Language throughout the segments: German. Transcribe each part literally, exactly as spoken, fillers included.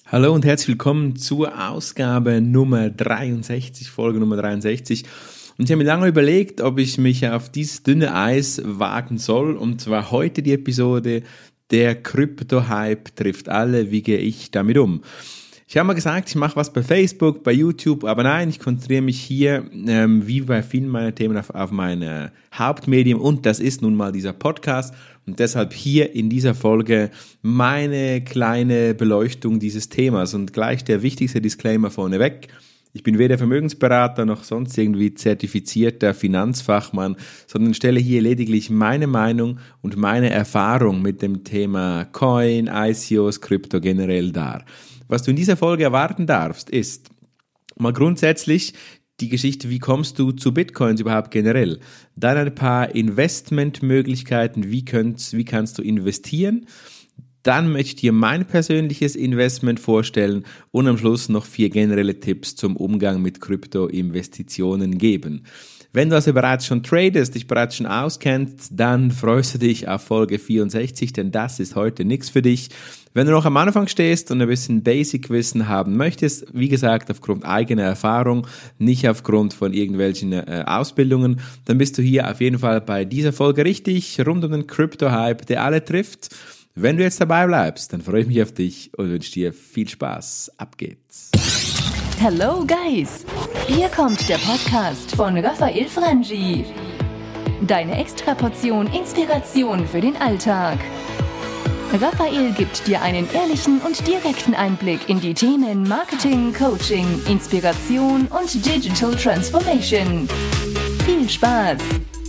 Hallo und herzlich willkommen zur Ausgabe Nummer dreiundsechzig, Folge Nummer dreiundsechzig. Und ich habe mir lange überlegt, ob ich mich auf dieses dünne Eis wagen soll. Und zwar heute die Episode Der Krypto-Hype trifft alle. Wie gehe ich damit um? Ich habe mal gesagt, ich mache was bei Facebook, bei YouTube, aber nein, ich konzentriere mich hier, ähm, wie bei vielen meiner Themen, auf, auf mein Hauptmedium und das ist nun mal dieser Podcast und deshalb hier in dieser Folge meine kleine Beleuchtung dieses Themas und gleich der wichtigste Disclaimer vorneweg. Ich bin weder Vermögensberater noch sonst irgendwie zertifizierter Finanzfachmann, sondern stelle hier lediglich meine Meinung und meine Erfahrung mit dem Thema Coin, I C Os, Krypto generell dar. Was du in dieser Folge erwarten darfst, ist mal grundsätzlich die Geschichte, wie kommst du zu Bitcoins überhaupt generell? Dann ein paar Investmentmöglichkeiten, wie, könnt, wie kannst du investieren? Dann möchte ich dir mein persönliches Investment vorstellen und am Schluss noch vier generelle Tipps zum Umgang mit Krypto-Investitionen geben. Wenn du also bereits schon tradest, dich bereits schon auskennst, dann freust du dich auf Folge vierundsechzig, denn das ist heute nichts für dich. Wenn du noch am Anfang stehst und ein bisschen Basic-Wissen haben möchtest, wie gesagt, aufgrund eigener Erfahrung, nicht aufgrund von irgendwelchen äh, Ausbildungen, dann bist du hier auf jeden Fall bei dieser Folge richtig, rund um den Crypto-Hype, der alle trifft. Wenn du jetzt dabei bleibst, dann freue ich mich auf dich und wünsche dir viel Spaß. Ab geht's. Hello Guys, hier kommt der Podcast von Raphael Frangi. Deine Extraportion Inspiration für den Alltag. Raphael gibt dir einen ehrlichen und direkten Einblick in die Themen Marketing, Coaching, Inspiration und Digital Transformation. Viel Spaß!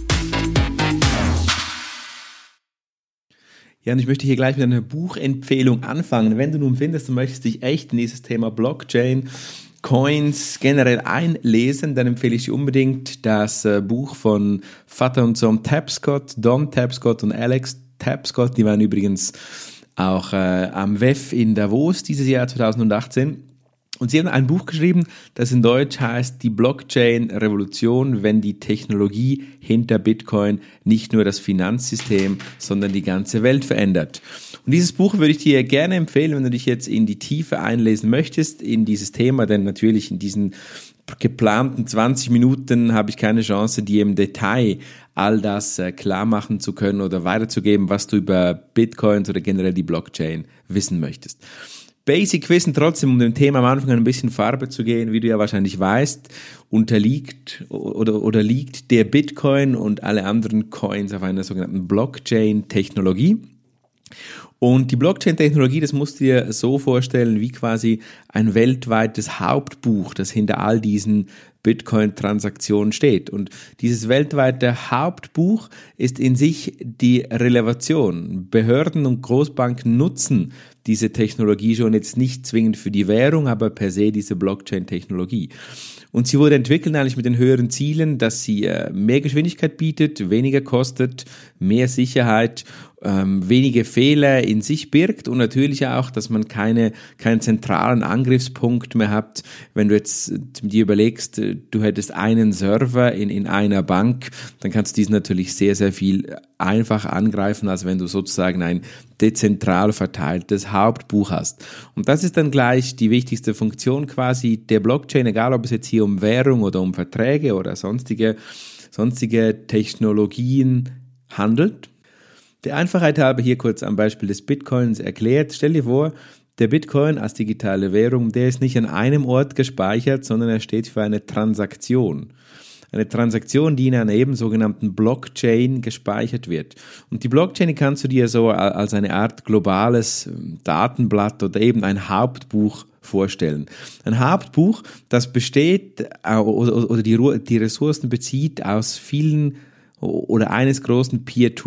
Ja, und ich möchte hier gleich mit einer Buchempfehlung anfangen. Wenn du nun findest, du möchtest dich echt in dieses Thema Blockchain, Coins generell einlesen, dann empfehle ich dir unbedingt das äh, Buch von Vater und Sohn Tapscott, Don Tapscott und Alex Tapscott. Die waren übrigens auch äh, am W E F in Davos dieses Jahr zwanzig achtzehn. Und sie haben ein Buch geschrieben, das in Deutsch heißt Die Blockchain-Revolution, wenn die Technologie hinter Bitcoin nicht nur das Finanzsystem, sondern die ganze Welt verändert. Und dieses Buch würde ich dir gerne empfehlen, wenn du dich jetzt in die Tiefe einlesen möchtest, in dieses Thema, denn natürlich in diesen geplanten zwanzig Minuten habe ich keine Chance, dir im Detail all das äh, klar machen zu können oder weiterzugeben, was du über Bitcoins oder generell die Blockchain wissen möchtest. Basic Wissen trotzdem, um dem Thema am Anfang ein bisschen Farbe zu gehen, wie du ja wahrscheinlich weißt, unterliegt oder, oder liegt der Bitcoin und alle anderen Coins auf einer sogenannten Blockchain-Technologie. Und die Blockchain-Technologie, das musst du dir so vorstellen, wie quasi ein weltweites Hauptbuch, das hinter all diesen Bitcoin-Transaktionen steht. Und dieses weltweite Hauptbuch ist in sich die Relevation. Behörden und Großbanken nutzen diese Technologie schon jetzt nicht zwingend für die Währung, aber per se diese Blockchain-Technologie. Und sie wurde entwickelt eigentlich mit den höheren Zielen, dass sie äh, mehr Geschwindigkeit bietet, weniger kostet, mehr Sicherheit, ähm, wenige Fehler in sich birgt und natürlich auch, dass man keine keinen zentralen Angriffspunkt mehr hat. Wenn du jetzt dir überlegst, du hättest einen Server in in einer Bank, dann kannst du diesen natürlich sehr, sehr viel einfacher angreifen, als wenn du sozusagen ein dezentral verteiltes Hauptbuch hast. Und das ist dann gleich die wichtigste Funktion quasi der Blockchain, egal ob es jetzt hier um Währung oder um Verträge oder sonstige, sonstige Technologien handelt. Der Einfachheit halber hier kurz am Beispiel des Bitcoins erklärt. Stell dir vor, der Bitcoin als digitale Währung, der ist nicht an einem Ort gespeichert, sondern er steht für eine Transaktion. Eine Transaktion, die in einer eben sogenannten Blockchain gespeichert wird. Und die Blockchain kannst du dir so als eine Art globales Datenblatt oder eben ein Hauptbuch vorstellen. Ein Hauptbuch, das besteht oder die Ressourcen bezieht aus vielen oder eines großen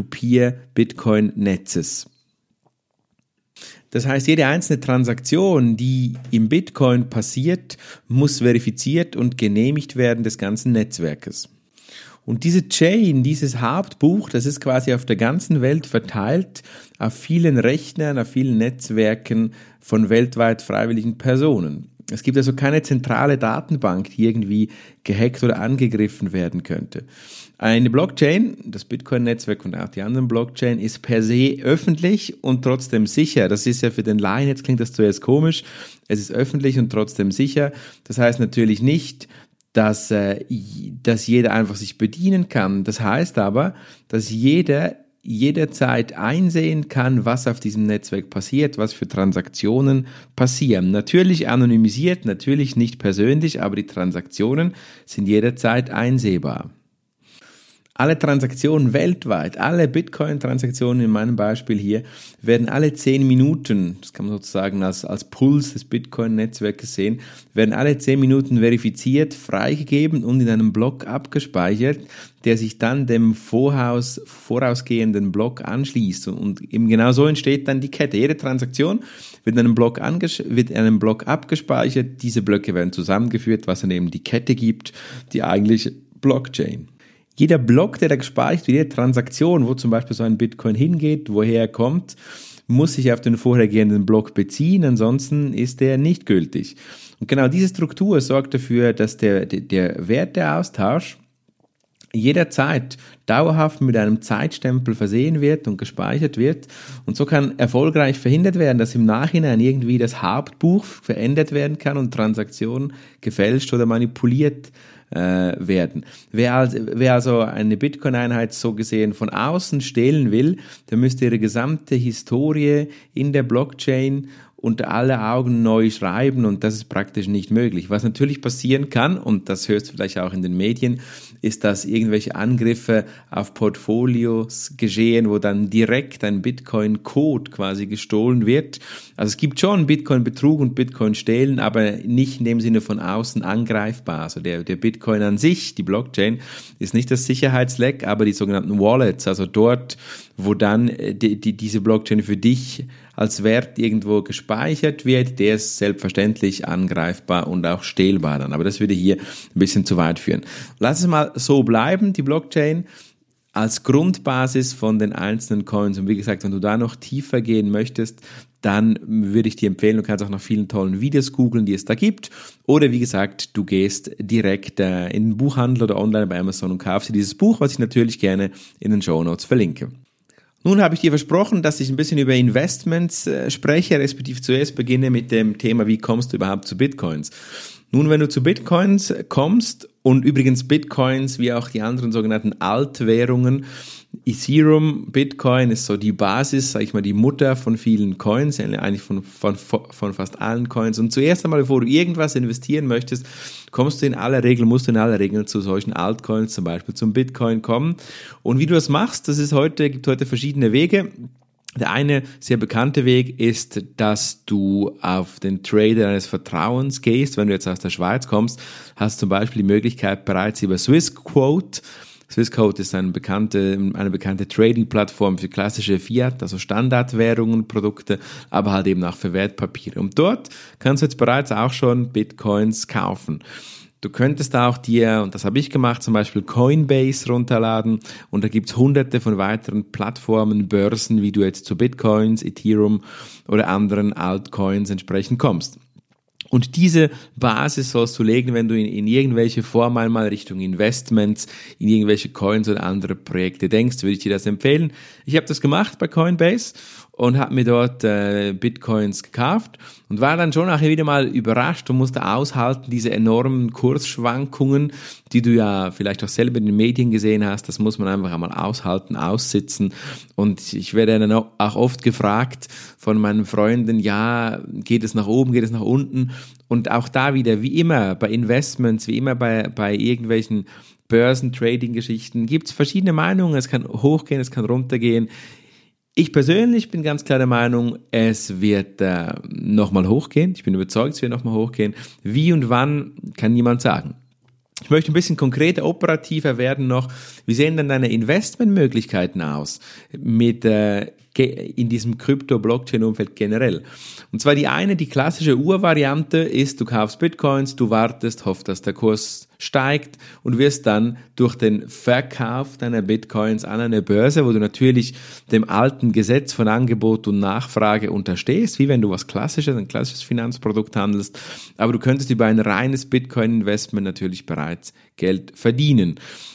Peer-to-Peer-Bitcoin-Netzes. Das heißt, jede einzelne Transaktion, die im Bitcoin passiert, muss verifiziert und genehmigt werden des ganzen Netzwerkes. Und diese Chain, dieses Hauptbuch, das ist quasi auf der ganzen Welt verteilt, auf vielen Rechnern, auf vielen Netzwerken von weltweit freiwilligen Personen. Es gibt also keine zentrale Datenbank, die irgendwie gehackt oder angegriffen werden könnte. Eine Blockchain, das Bitcoin-Netzwerk und auch die anderen Blockchain, ist per se öffentlich und trotzdem sicher. Das ist ja für den Laien, jetzt klingt das zuerst komisch, es ist öffentlich und trotzdem sicher. Das heißt natürlich nicht, dass, äh, dass jeder einfach sich bedienen kann. Das heißt aber, dass jeder jederzeit einsehen kann, was auf diesem Netzwerk passiert, was für Transaktionen passieren. Natürlich anonymisiert, natürlich nicht persönlich, aber die Transaktionen sind jederzeit einsehbar. Alle Transaktionen weltweit, alle Bitcoin-Transaktionen in meinem Beispiel hier, werden alle zehn Minuten, das kann man sozusagen als, als Puls des Bitcoin-Netzwerkes sehen, werden alle zehn Minuten verifiziert, freigegeben und in einem Block abgespeichert, der sich dann dem Voraus, vorausgehenden Block anschließt. Und eben genau so entsteht dann die Kette. Jede Transaktion wird in einem Block, anges- wird in einem Block abgespeichert, diese Blöcke werden zusammengeführt, was dann eben die Kette gibt, die eigentliche Blockchain. Jeder Block, der da gespeichert wird, jede Transaktion, wo zum Beispiel so ein Bitcoin hingeht, woher er kommt, muss sich auf den vorhergehenden Block beziehen, ansonsten ist der nicht gültig. Und genau diese Struktur sorgt dafür, dass der, der, der Werteaustausch jederzeit dauerhaft mit einem Zeitstempel versehen wird und gespeichert wird. Und so kann erfolgreich verhindert werden, dass im Nachhinein irgendwie das Hauptbuch verändert werden kann und Transaktionen gefälscht oder manipuliert äh, werden. Wer also, wer also eine Bitcoin-Einheit so gesehen von außen stehlen will, der müsste ihre gesamte Historie in der Blockchain unter alle Augen neu schreiben und das ist praktisch nicht möglich. Was natürlich passieren kann, und das hörst du vielleicht auch in den Medien, ist, dass irgendwelche Angriffe auf Portfolios geschehen, wo dann direkt ein Bitcoin-Code quasi gestohlen wird. Also es gibt schon Bitcoin-Betrug und Bitcoin-Stehlen, aber nicht in dem Sinne von außen angreifbar. Also der, der Bitcoin an sich, die Blockchain, ist nicht das Sicherheitsleck, aber die sogenannten Wallets, also dort, wo dann die, die, diese Blockchain für dich als Wert irgendwo gespeichert wird, der ist selbstverständlich angreifbar und auch stehlbar dann. Aber das würde hier ein bisschen zu weit führen. Lass es mal so bleiben, die Blockchain als Grundbasis von den einzelnen Coins. Und wie gesagt, wenn du da noch tiefer gehen möchtest, dann würde ich dir empfehlen, du kannst auch nach vielen tollen Videos googeln, die es da gibt. Oder wie gesagt, du gehst direkt äh, in den Buchhandel oder online bei Amazon und kaufst dir dieses Buch, was ich natürlich gerne in den Shownotes verlinke. Nun habe ich dir versprochen, dass ich ein bisschen über Investments äh, spreche, respektive zuerst beginne mit dem Thema, wie kommst du überhaupt zu Bitcoins? Nun, wenn du zu Bitcoins kommst, und übrigens Bitcoins wie auch die anderen sogenannten Altwährungen, Ethereum, Bitcoin ist so die Basis, sag ich mal, die Mutter von vielen Coins, eigentlich von, von, von fast allen Coins. Und zuerst einmal, bevor du irgendwas investieren möchtest, kommst du in aller Regel, musst du in aller Regel zu solchen Altcoins, zum Beispiel zum Bitcoin kommen. Und wie du das machst, das ist heute, gibt heute verschiedene Wege. Der eine sehr bekannte Weg ist, dass du auf den Trader deines Vertrauens gehst. Wenn du jetzt aus der Schweiz kommst, hast du zum Beispiel die Möglichkeit bereits über Swissquote. Swissquote ist eine bekannte, eine bekannte Trading-Plattform für klassische Fiat, also Standardwährungen, Produkte, aber halt eben auch für Wertpapiere. Und dort kannst du jetzt bereits auch schon Bitcoins kaufen. Du könntest auch dir, und das habe ich gemacht, zum Beispiel Coinbase runterladen und da gibt's hunderte von weiteren Plattformen, Börsen, wie du jetzt zu Bitcoins, Ethereum oder anderen Altcoins entsprechend kommst. Und diese Basis sollst du legen, wenn du in, in irgendwelche Form einmal Richtung Investments, in irgendwelche Coins oder andere Projekte denkst, würde ich dir das empfehlen. Ich habe das gemacht bei Coinbase und habe mir dort äh, Bitcoins gekauft und war dann schon nachher wieder mal überrascht und musste aushalten, diese enormen Kursschwankungen, die du ja vielleicht auch selber in den Medien gesehen hast. Das muss man einfach einmal aushalten, aussitzen. Und ich werde dann auch oft gefragt von meinen Freunden, ja, geht es nach oben, geht es nach unten? Und auch da wieder, wie immer bei Investments, wie immer bei, bei irgendwelchen Börsen-Trading-Geschichten, gibt es verschiedene Meinungen. Es kann hochgehen, es kann runtergehen. Ich persönlich bin ganz klar der Meinung, es wird äh, nochmal hochgehen. Ich bin überzeugt, es wird nochmal hochgehen. Wie und wann, kann niemand sagen. Ich möchte ein bisschen konkreter, operativer werden noch. Wie sehen denn deine Investmentmöglichkeiten aus? Mit äh, in diesem Krypto-Blockchain-Umfeld generell. Und zwar die eine, die klassische Urvariante ist, du kaufst Bitcoins, du wartest, hoffst, dass der Kurs steigt und wirst dann durch den Verkauf deiner Bitcoins an eine Börse, wo du natürlich dem alten Gesetz von Angebot und Nachfrage unterstehst, wie wenn du was Klassisches, ein klassisches Finanzprodukt handelst, aber du könntest über ein reines Bitcoin-Investment natürlich bereits Geld verdienen.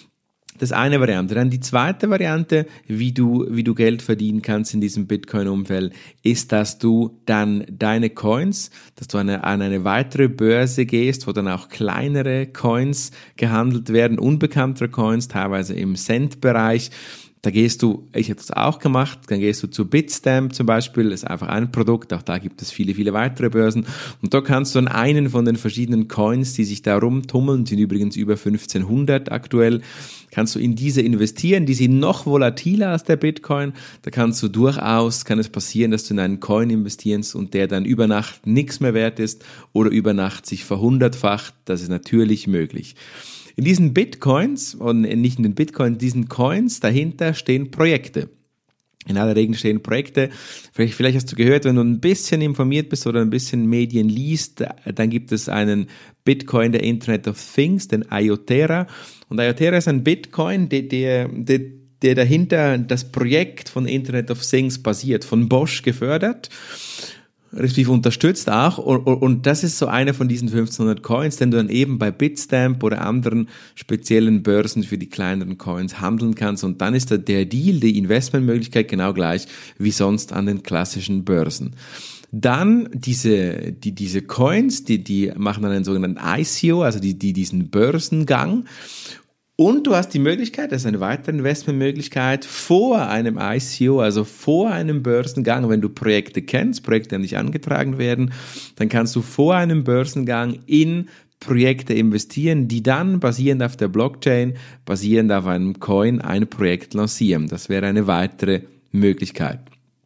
Das ist eine Variante. Dann die zweite Variante, wie du, wie du Geld verdienen kannst in diesem Bitcoin-Umfeld, ist, dass du dann deine Coins, dass du an eine, an eine weitere Börse gehst, wo dann auch kleinere Coins gehandelt werden, unbekanntere Coins, teilweise im Cent-Bereich. Da gehst du, ich habe das auch gemacht, dann gehst du zu Bitstamp zum Beispiel, das ist einfach ein Produkt, auch da gibt es viele, viele weitere Börsen und da kannst du an einen von den verschiedenen Coins, die sich da rumtummeln, sind übrigens über fünfzehnhundert aktuell, kannst du in diese investieren, die sind noch volatiler als der Bitcoin, da kannst du durchaus, kann es passieren, dass du in einen Coin investierst und der dann über Nacht nichts mehr wert ist oder über Nacht sich verhundertfacht, das ist natürlich möglich. In diesen Bitcoins, und nicht in den Bitcoins, diesen Coins, dahinter stehen Projekte. In aller Regel stehen Projekte. Vielleicht, vielleicht hast du gehört, wenn du ein bisschen informiert bist oder ein bisschen Medien liest, dann gibt es einen Bitcoin, der Internet of Things, den IoTera. Und IoTera ist ein Bitcoin, der, der, der, der dahinter das Projekt von Internet of Things basiert, von Bosch gefördert, respektive unterstützt auch, und, und das ist so einer von diesen fünfzehnhundert Coins, den du dann eben bei Bitstamp oder anderen speziellen Börsen für die kleineren Coins handeln kannst und dann ist der Deal, die Investmentmöglichkeit genau gleich wie sonst an den klassischen Börsen. Dann diese, die, diese Coins, die, die machen dann einen sogenannten I C O, also die, die diesen Börsengang. Und du hast die Möglichkeit, das ist eine weitere Investmentmöglichkeit, vor einem I C O, also vor einem Börsengang, wenn du Projekte kennst, Projekte an dich angetragen werden, dann kannst du vor einem Börsengang in Projekte investieren, die dann basierend auf der Blockchain, basierend auf einem Coin ein Projekt lancieren. Das wäre eine weitere Möglichkeit.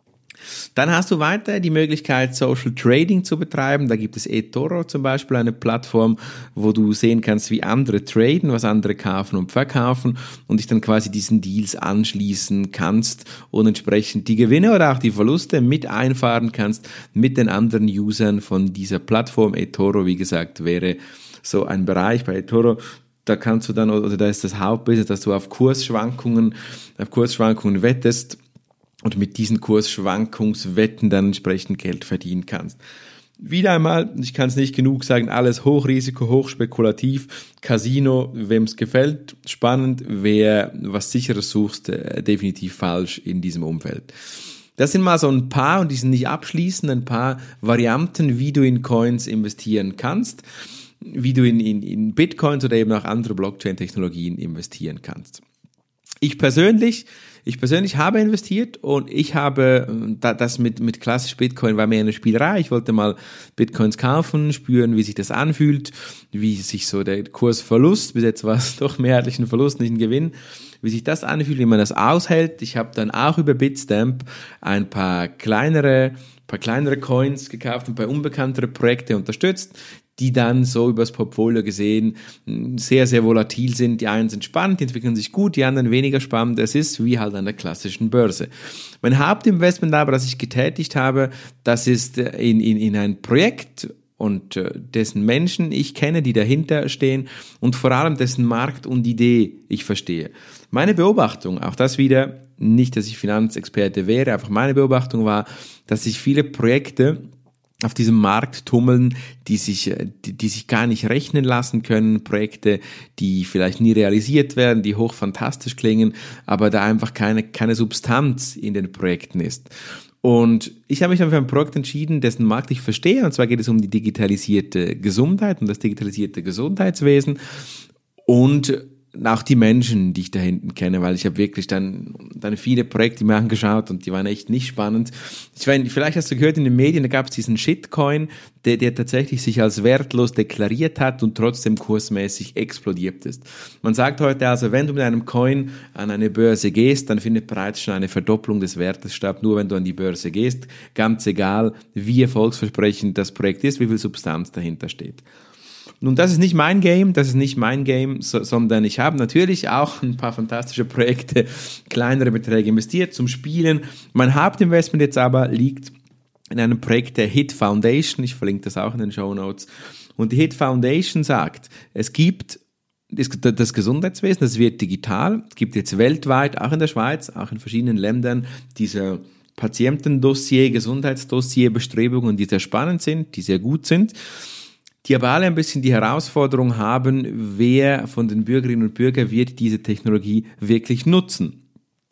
Dann hast du weiter die Möglichkeit, Social Trading zu betreiben. Da gibt es eToro zum Beispiel, eine Plattform, wo du sehen kannst, wie andere traden, was andere kaufen und verkaufen und dich dann quasi diesen Deals anschließen kannst und entsprechend die Gewinne oder auch die Verluste mit einfahren kannst mit den anderen Usern von dieser Plattform. eToro, wie gesagt, wäre so ein Bereich bei eToro. Da kannst du dann, oder da ist das Hauptbusiness, dass du auf Kursschwankungen, auf Kursschwankungen wettest und mit diesen Kursschwankungswetten dann entsprechend Geld verdienen kannst. Wieder einmal, ich kann es nicht genug sagen, alles Hochrisiko, hochspekulativ, Casino, wem es gefällt, spannend, wer was Sicheres sucht, definitiv falsch in diesem Umfeld. Das sind mal so ein paar, und die sind nicht abschließend, ein paar Varianten, wie du in Coins investieren kannst, wie du in, in, in Bitcoins oder eben auch andere Blockchain-Technologien investieren kannst. Ich persönlich Ich persönlich habe investiert und ich habe das mit, mit klassisch Bitcoin war mehr eine Spielerei. Ich wollte mal Bitcoins kaufen, spüren, wie sich das anfühlt, wie sich so der Kursverlust, bis jetzt war es doch mehrheitlich ein Verlust, nicht ein Gewinn, wie sich das anfühlt, wie man das aushält. Ich habe dann auch über Bitstamp ein paar kleinere, paar kleinere Coins gekauft und ein paar unbekanntere Projekte unterstützt, die dann so übers Portfolio gesehen sehr, sehr volatil sind. Die einen sind spannend, die entwickeln sich gut, die anderen weniger spannend. Es ist wie halt an der klassischen Börse. Mein Hauptinvestment aber, das ich getätigt habe, das ist in, in, in ein Projekt und dessen Menschen ich kenne, die dahinter stehen und vor allem dessen Markt und Idee ich verstehe. Meine Beobachtung, auch das wieder, nicht, dass ich Finanzexperte wäre, einfach meine Beobachtung war, dass sich viele Projekte auf diesem Markt tummeln, die sich, die, die sich gar nicht rechnen lassen können, Projekte, die vielleicht nie realisiert werden, die hochfantastisch klingen, aber da einfach keine, keine Substanz in den Projekten ist. Und ich habe mich dann für ein Projekt entschieden, dessen Markt ich verstehe, und zwar geht es um die digitalisierte Gesundheit und das digitalisierte Gesundheitswesen und auch die Menschen, die ich da hinten kenne, weil ich habe wirklich dann, dann viele Projekte mir angeschaut und die waren echt nicht spannend. Ich meine, vielleicht hast du gehört in den Medien, da gab es diesen Shitcoin, der, der tatsächlich sich als wertlos deklariert hat und trotzdem kursmäßig explodiert ist. Man sagt heute also, wenn du mit einem Coin an eine Börse gehst, dann findet bereits schon eine Verdopplung des Wertes statt, nur wenn du an die Börse gehst, ganz egal, wie erfolgsversprechend das Projekt ist, wie viel Substanz dahinter steht. Nun, das ist nicht mein Game, das ist nicht mein Game, so, sondern ich habe natürlich auch ein paar fantastische Projekte, kleinere Beträge investiert zum Spielen. Mein Hauptinvestment jetzt aber liegt in einem Projekt der Hit Foundation, ich verlinke das auch in den Shownotes. Und die Hit Foundation sagt, es gibt das Gesundheitswesen, das wird digital, es gibt jetzt weltweit, auch in der Schweiz, auch in verschiedenen Ländern, diese Patientendossier, Gesundheitsdossier, Bestrebungen, die sehr spannend sind, die sehr gut sind, die aber alle ein bisschen die Herausforderung haben, wer von den Bürgerinnen und Bürgern wird diese Technologie wirklich nutzen.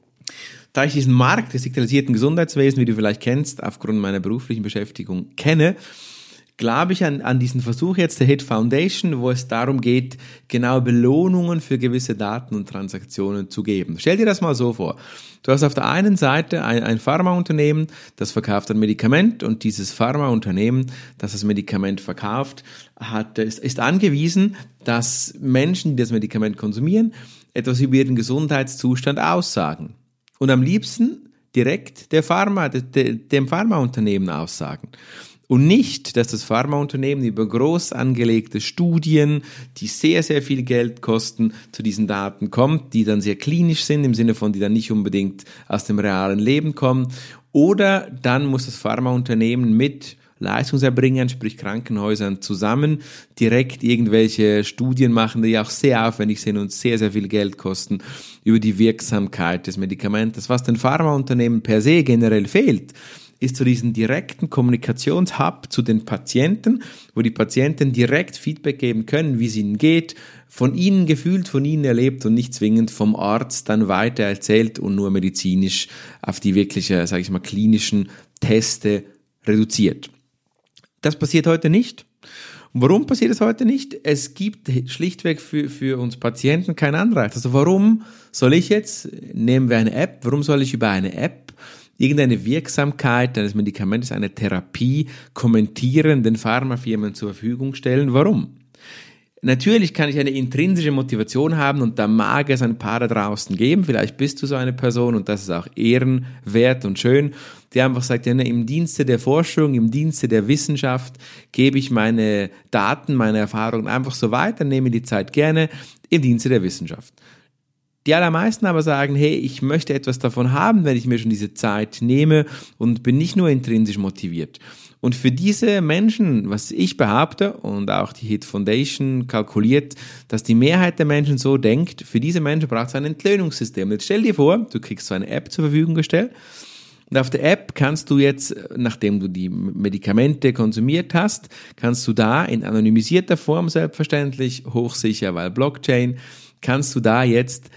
Da ich diesen Markt des digitalisierten Gesundheitswesens, wie du vielleicht kennst, aufgrund meiner beruflichen Beschäftigung kenne, glaube ich an, an diesen Versuch jetzt der Hit Foundation, wo es darum geht, genau Belohnungen für gewisse Daten und Transaktionen zu geben. Stell dir das mal so vor. Du hast auf der einen Seite ein, ein Pharmaunternehmen, das verkauft ein Medikament und dieses Pharmaunternehmen, das das Medikament verkauft, hat, ist, ist angewiesen, dass Menschen, die das Medikament konsumieren, etwas über ihren Gesundheitszustand aussagen. Und am liebsten direkt der Pharma, de, de, dem Pharmaunternehmen aussagen. Und nicht, dass das Pharmaunternehmen über groß angelegte Studien, die sehr, sehr viel Geld kosten, zu diesen Daten kommt, die dann sehr klinisch sind, im Sinne von, die dann nicht unbedingt aus dem realen Leben kommen. Oder dann muss das Pharmaunternehmen mit Leistungserbringern, sprich Krankenhäusern, zusammen direkt irgendwelche Studien machen, die auch sehr aufwendig sind und sehr, sehr viel Geld kosten, über die Wirksamkeit des Medikamentes. Was den Pharmaunternehmen per se generell fehlt, ist zu diesem direkten Kommunikationshub zu den Patienten, wo die Patienten direkt Feedback geben können, wie es ihnen geht, von ihnen gefühlt, von ihnen erlebt und nicht zwingend vom Arzt dann weiter erzählt und nur medizinisch auf die wirkliche, sage ich mal, klinischen Teste reduziert. Das passiert heute nicht. Und warum passiert es heute nicht? Es gibt schlichtweg für, für uns Patienten keinen Anreiz. Also warum soll ich jetzt, nehmen wir eine App, warum soll ich über eine App irgendeine Wirksamkeit eines Medikamentes, eine Therapie kommentieren, den Pharmafirmen zur Verfügung stellen? Warum? Natürlich kann ich eine intrinsische Motivation haben und da mag es ein paar da draußen geben, vielleicht bist du so eine Person und das ist auch ehrenwert und schön, die einfach sagt, ja, im Dienste der Forschung, im Dienste der Wissenschaft gebe ich meine Daten, meine Erfahrungen einfach so weiter, nehme die Zeit gerne im Dienste der Wissenschaft. Die allermeisten aber sagen, hey, ich möchte etwas davon haben, wenn ich mir schon diese Zeit nehme und bin nicht nur intrinsisch motiviert. Und für diese Menschen, was ich behaupte und auch die Hit Foundation kalkuliert, dass die Mehrheit der Menschen so denkt, für diese Menschen braucht es ein Entlöhnungssystem. Jetzt stell dir vor, du kriegst so eine App zur Verfügung gestellt und auf der App kannst du jetzt, nachdem du die Medikamente konsumiert hast, kannst du da in anonymisierter Form selbstverständlich, hochsicher, weil Blockchain, kannst du da jetzt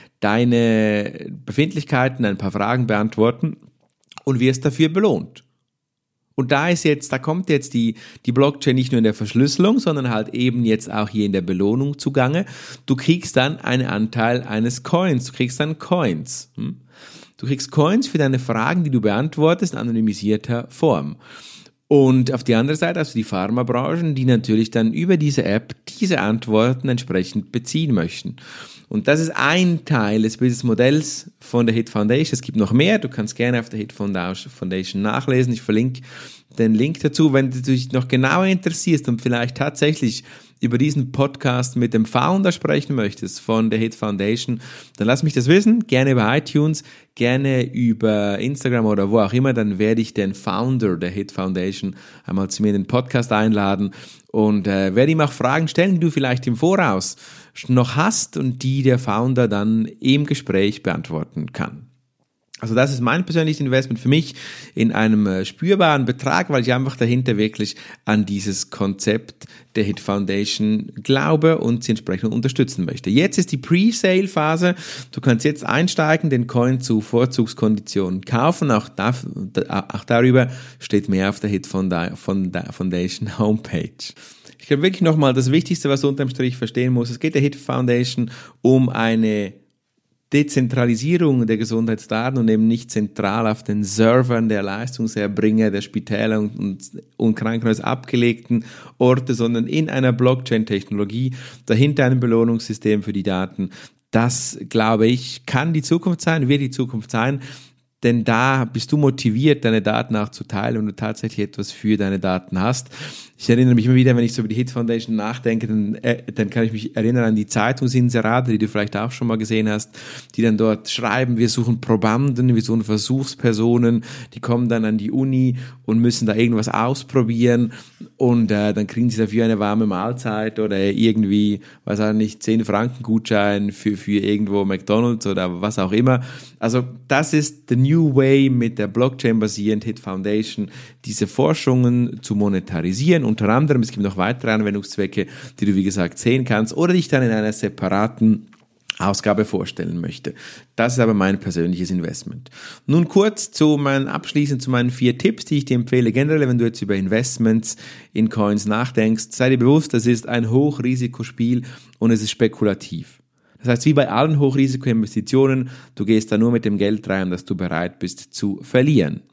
deine Befindlichkeiten, ein paar Fragen beantworten und wirst dafür belohnt. Und da ist jetzt, da kommt jetzt die, die Blockchain nicht nur in der Verschlüsselung, sondern halt eben jetzt auch hier in der Belohnung zugange. Du kriegst dann einen Anteil eines Coins, du kriegst dann Coins. Du kriegst Coins für deine Fragen, die du beantwortest, in anonymisierter Form. Und auf die andere Seite hast du die Pharmabranchen, die natürlich dann über diese App diese Antworten entsprechend beziehen möchten. Und das ist ein Teil des Businessmodells von der Hit Foundation. Es gibt noch mehr, du kannst gerne auf der Hit Foundation nachlesen. Ich verlinke den Link dazu, wenn du dich noch genauer interessierst und vielleicht tatsächlich über diesen Podcast mit dem Founder sprechen möchtest von der Hit Foundation, dann lass mich das wissen, gerne über iTunes, gerne über Instagram oder wo auch immer, dann werde ich den Founder der Hit Foundation einmal zu mir in den Podcast einladen und äh, werde ihm auch Fragen stellen, die du vielleicht im Voraus noch hast und die der Founder dann im Gespräch beantworten kann. Also das ist mein persönliches Investment für mich in einem äh, spürbaren Betrag, weil ich einfach dahinter wirklich an dieses Konzept der Hit Foundation glaube und sie entsprechend unterstützen möchte. Jetzt ist die Pre-Sale-Phase. Du kannst jetzt einsteigen, den Coin zu Vorzugskonditionen kaufen. Auch, da, auch darüber steht mehr auf der Hit Foundation Homepage. Ich glaube wirklich nochmal, das Wichtigste, was du unterm Strich verstehen musst, es geht der Hit Foundation um eine Dezentralisierung der Gesundheitsdaten und eben nicht zentral auf den Servern der Leistungserbringer, der Spitäler und, und, und Krankenhäuser abgelegten Orte, sondern in einer Blockchain-Technologie, dahinter ein Belohnungssystem für die Daten. Das, glaube ich, kann die Zukunft sein, wird die Zukunft sein. denn da bist du motiviert, deine Daten auch zu teilen und du tatsächlich etwas für deine Daten hast. Ich erinnere mich immer wieder, wenn ich so über die Hit Foundation nachdenke, dann, äh, dann kann ich mich erinnern an die Zeitungsinserate, die du vielleicht auch schon mal gesehen hast, die dann dort schreiben, wir suchen Probanden, wir suchen Versuchspersonen, die kommen dann an die Uni und müssen da irgendwas ausprobieren und äh, dann kriegen sie dafür eine warme Mahlzeit oder irgendwie, weiß auch nicht, zehn Franken Gutschein für, für irgendwo McDonald's oder was auch immer. Also das ist the new way mit der Blockchain-basierenden Hit Foundation, diese Forschungen zu monetarisieren. Unter anderem, es gibt noch weitere Anwendungszwecke, die du wie gesagt sehen kannst oder dich dann in einer separaten Ausgabe vorstellen möchte. Das ist aber mein persönliches Investment. Nun kurz zu meinen, abschließend zu meinen vier Tipps, die ich dir empfehle. Generell, wenn du jetzt über Investments in Coins nachdenkst, sei dir bewusst, das ist ein Hochrisikospiel und es ist spekulativ. Das heißt, wie bei allen Hochrisikoinvestitionen, du gehst da nur mit dem Geld rein, das du bereit bist zu verlieren.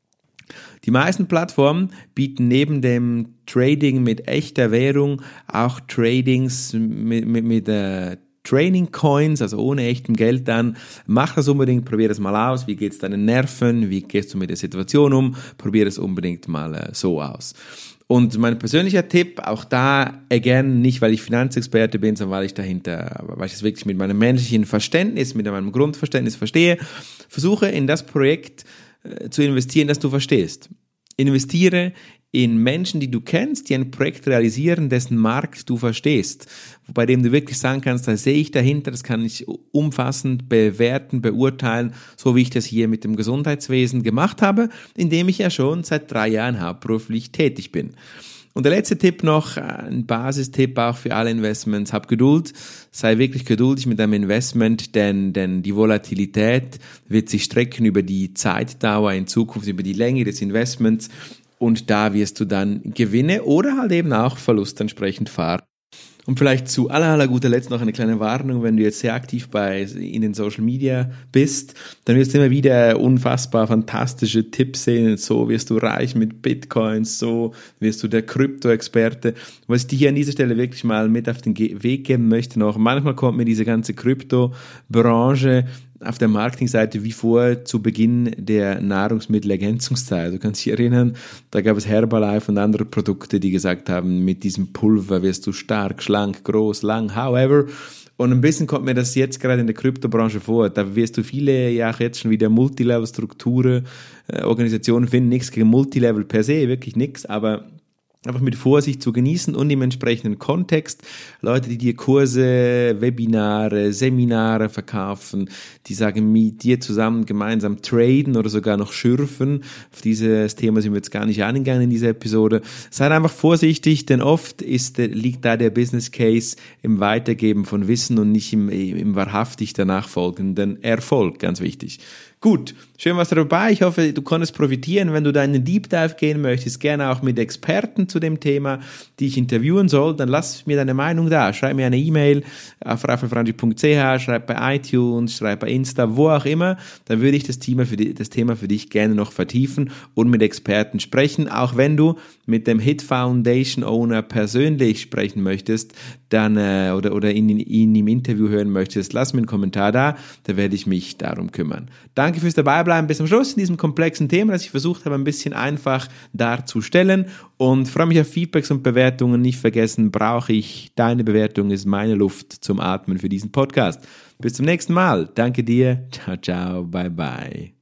Die meisten Plattformen bieten neben dem Trading mit echter Währung auch Tradings mit, mit, mit äh, Training Coins, also ohne echtem Geld dann. Mach das unbedingt, probier das mal aus. Wie geht's deinen Nerven? Wie gehst du mit der Situation um? Probier es unbedingt mal äh, so aus. Und mein persönlicher Tipp, auch da, again, nicht weil ich Finanzexperte bin, sondern weil ich dahinter, weil ich es wirklich mit meinem menschlichen Verständnis, mit meinem Grundverständnis verstehe, versuche in das Projekt äh, zu investieren, das du verstehst. Investiere in Menschen, die du kennst, die ein Projekt realisieren, dessen Markt du verstehst, bei dem du wirklich sagen kannst, da sehe ich dahinter, das kann ich umfassend bewerten, beurteilen, so wie ich das hier mit dem Gesundheitswesen gemacht habe, in dem ich ja schon seit drei Jahren hauptberuflich tätig bin. Und der letzte Tipp noch, ein Basistipp auch für alle Investments, hab Geduld, sei wirklich geduldig mit deinem Investment, denn, denn die Volatilität wird sich strecken über die Zeitdauer in Zukunft, über die Länge des Investments und da wirst du dann Gewinne oder halt eben auch Verlust entsprechend fahren. Und vielleicht zu aller, aller guter Letzt noch eine kleine Warnung, wenn du jetzt sehr aktiv bei, in den Social Media bist, dann wirst du immer wieder unfassbar fantastische Tipps sehen, so wirst du reich mit Bitcoins, so wirst du der Krypto-Experte. Was ich dir hier an dieser Stelle wirklich mal mit auf den Weg geben möchte noch, manchmal kommt mir diese ganze Krypto-Branche auf der Marketingseite wie vor zu Beginn der Nahrungsmittelergänzungszeit. Du kannst dich erinnern, da gab es Herbalife und andere Produkte, die gesagt haben, mit diesem Pulver wirst du stark, schlank, groß, lang, however. Und ein bisschen kommt mir das jetzt gerade in der Kryptobranche vor. Da wirst du viele ja jetzt schon wieder Multilevel-Strukturen, äh, Organisationen finden, nichts gegen Multilevel per se, wirklich nichts, aber einfach mit Vorsicht zu genießen und im entsprechenden Kontext. Leute, die dir Kurse, Webinare, Seminare verkaufen, die sagen, mit dir zusammen gemeinsam traden oder sogar noch schürfen. Auf dieses Thema sind wir jetzt gar nicht eingegangen in dieser Episode. Seid einfach vorsichtig, denn oft ist, liegt da der Business Case im Weitergeben von Wissen und nicht im, im wahrhaftig danach folgenden Erfolg, ganz wichtig. Gut, schön was dabei. Ich hoffe, du konntest profitieren. Wenn du da in den Deep Dive gehen möchtest, gerne auch mit Experten zu dem Thema, die ich interviewen soll, dann lass mir deine Meinung da. Schreib mir eine E-Mail auf raphaelfrangi punkt c h, schreib bei iTunes, schreib bei Insta, wo auch immer. Dann würde ich das Thema für die, das Thema für dich gerne noch vertiefen und mit Experten sprechen. Auch wenn du mit dem Hit Foundation Owner persönlich sprechen möchtest, dann äh, oder, oder ihn, ihn im Interview hören möchtest, lass mir einen Kommentar da. Da werde ich mich darum kümmern. Danke fürs Dabeibleiben bis zum Schluss in diesem komplexen Thema, das ich versucht habe, ein bisschen einfach darzustellen und freue mich auf Feedbacks und Bewertungen. Nicht vergessen, brauche ich deine Bewertung, ist meine Luft zum Atmen für diesen Podcast. Bis zum nächsten Mal. Danke dir. Ciao, ciao. Bye, bye.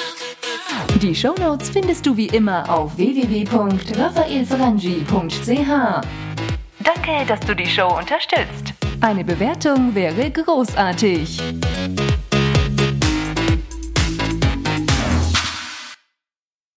Die Shownotes findest du wie immer auf w w w punkt raphaelfrangi punkt c h. Danke, dass du die Show unterstützt. Eine Bewertung wäre großartig.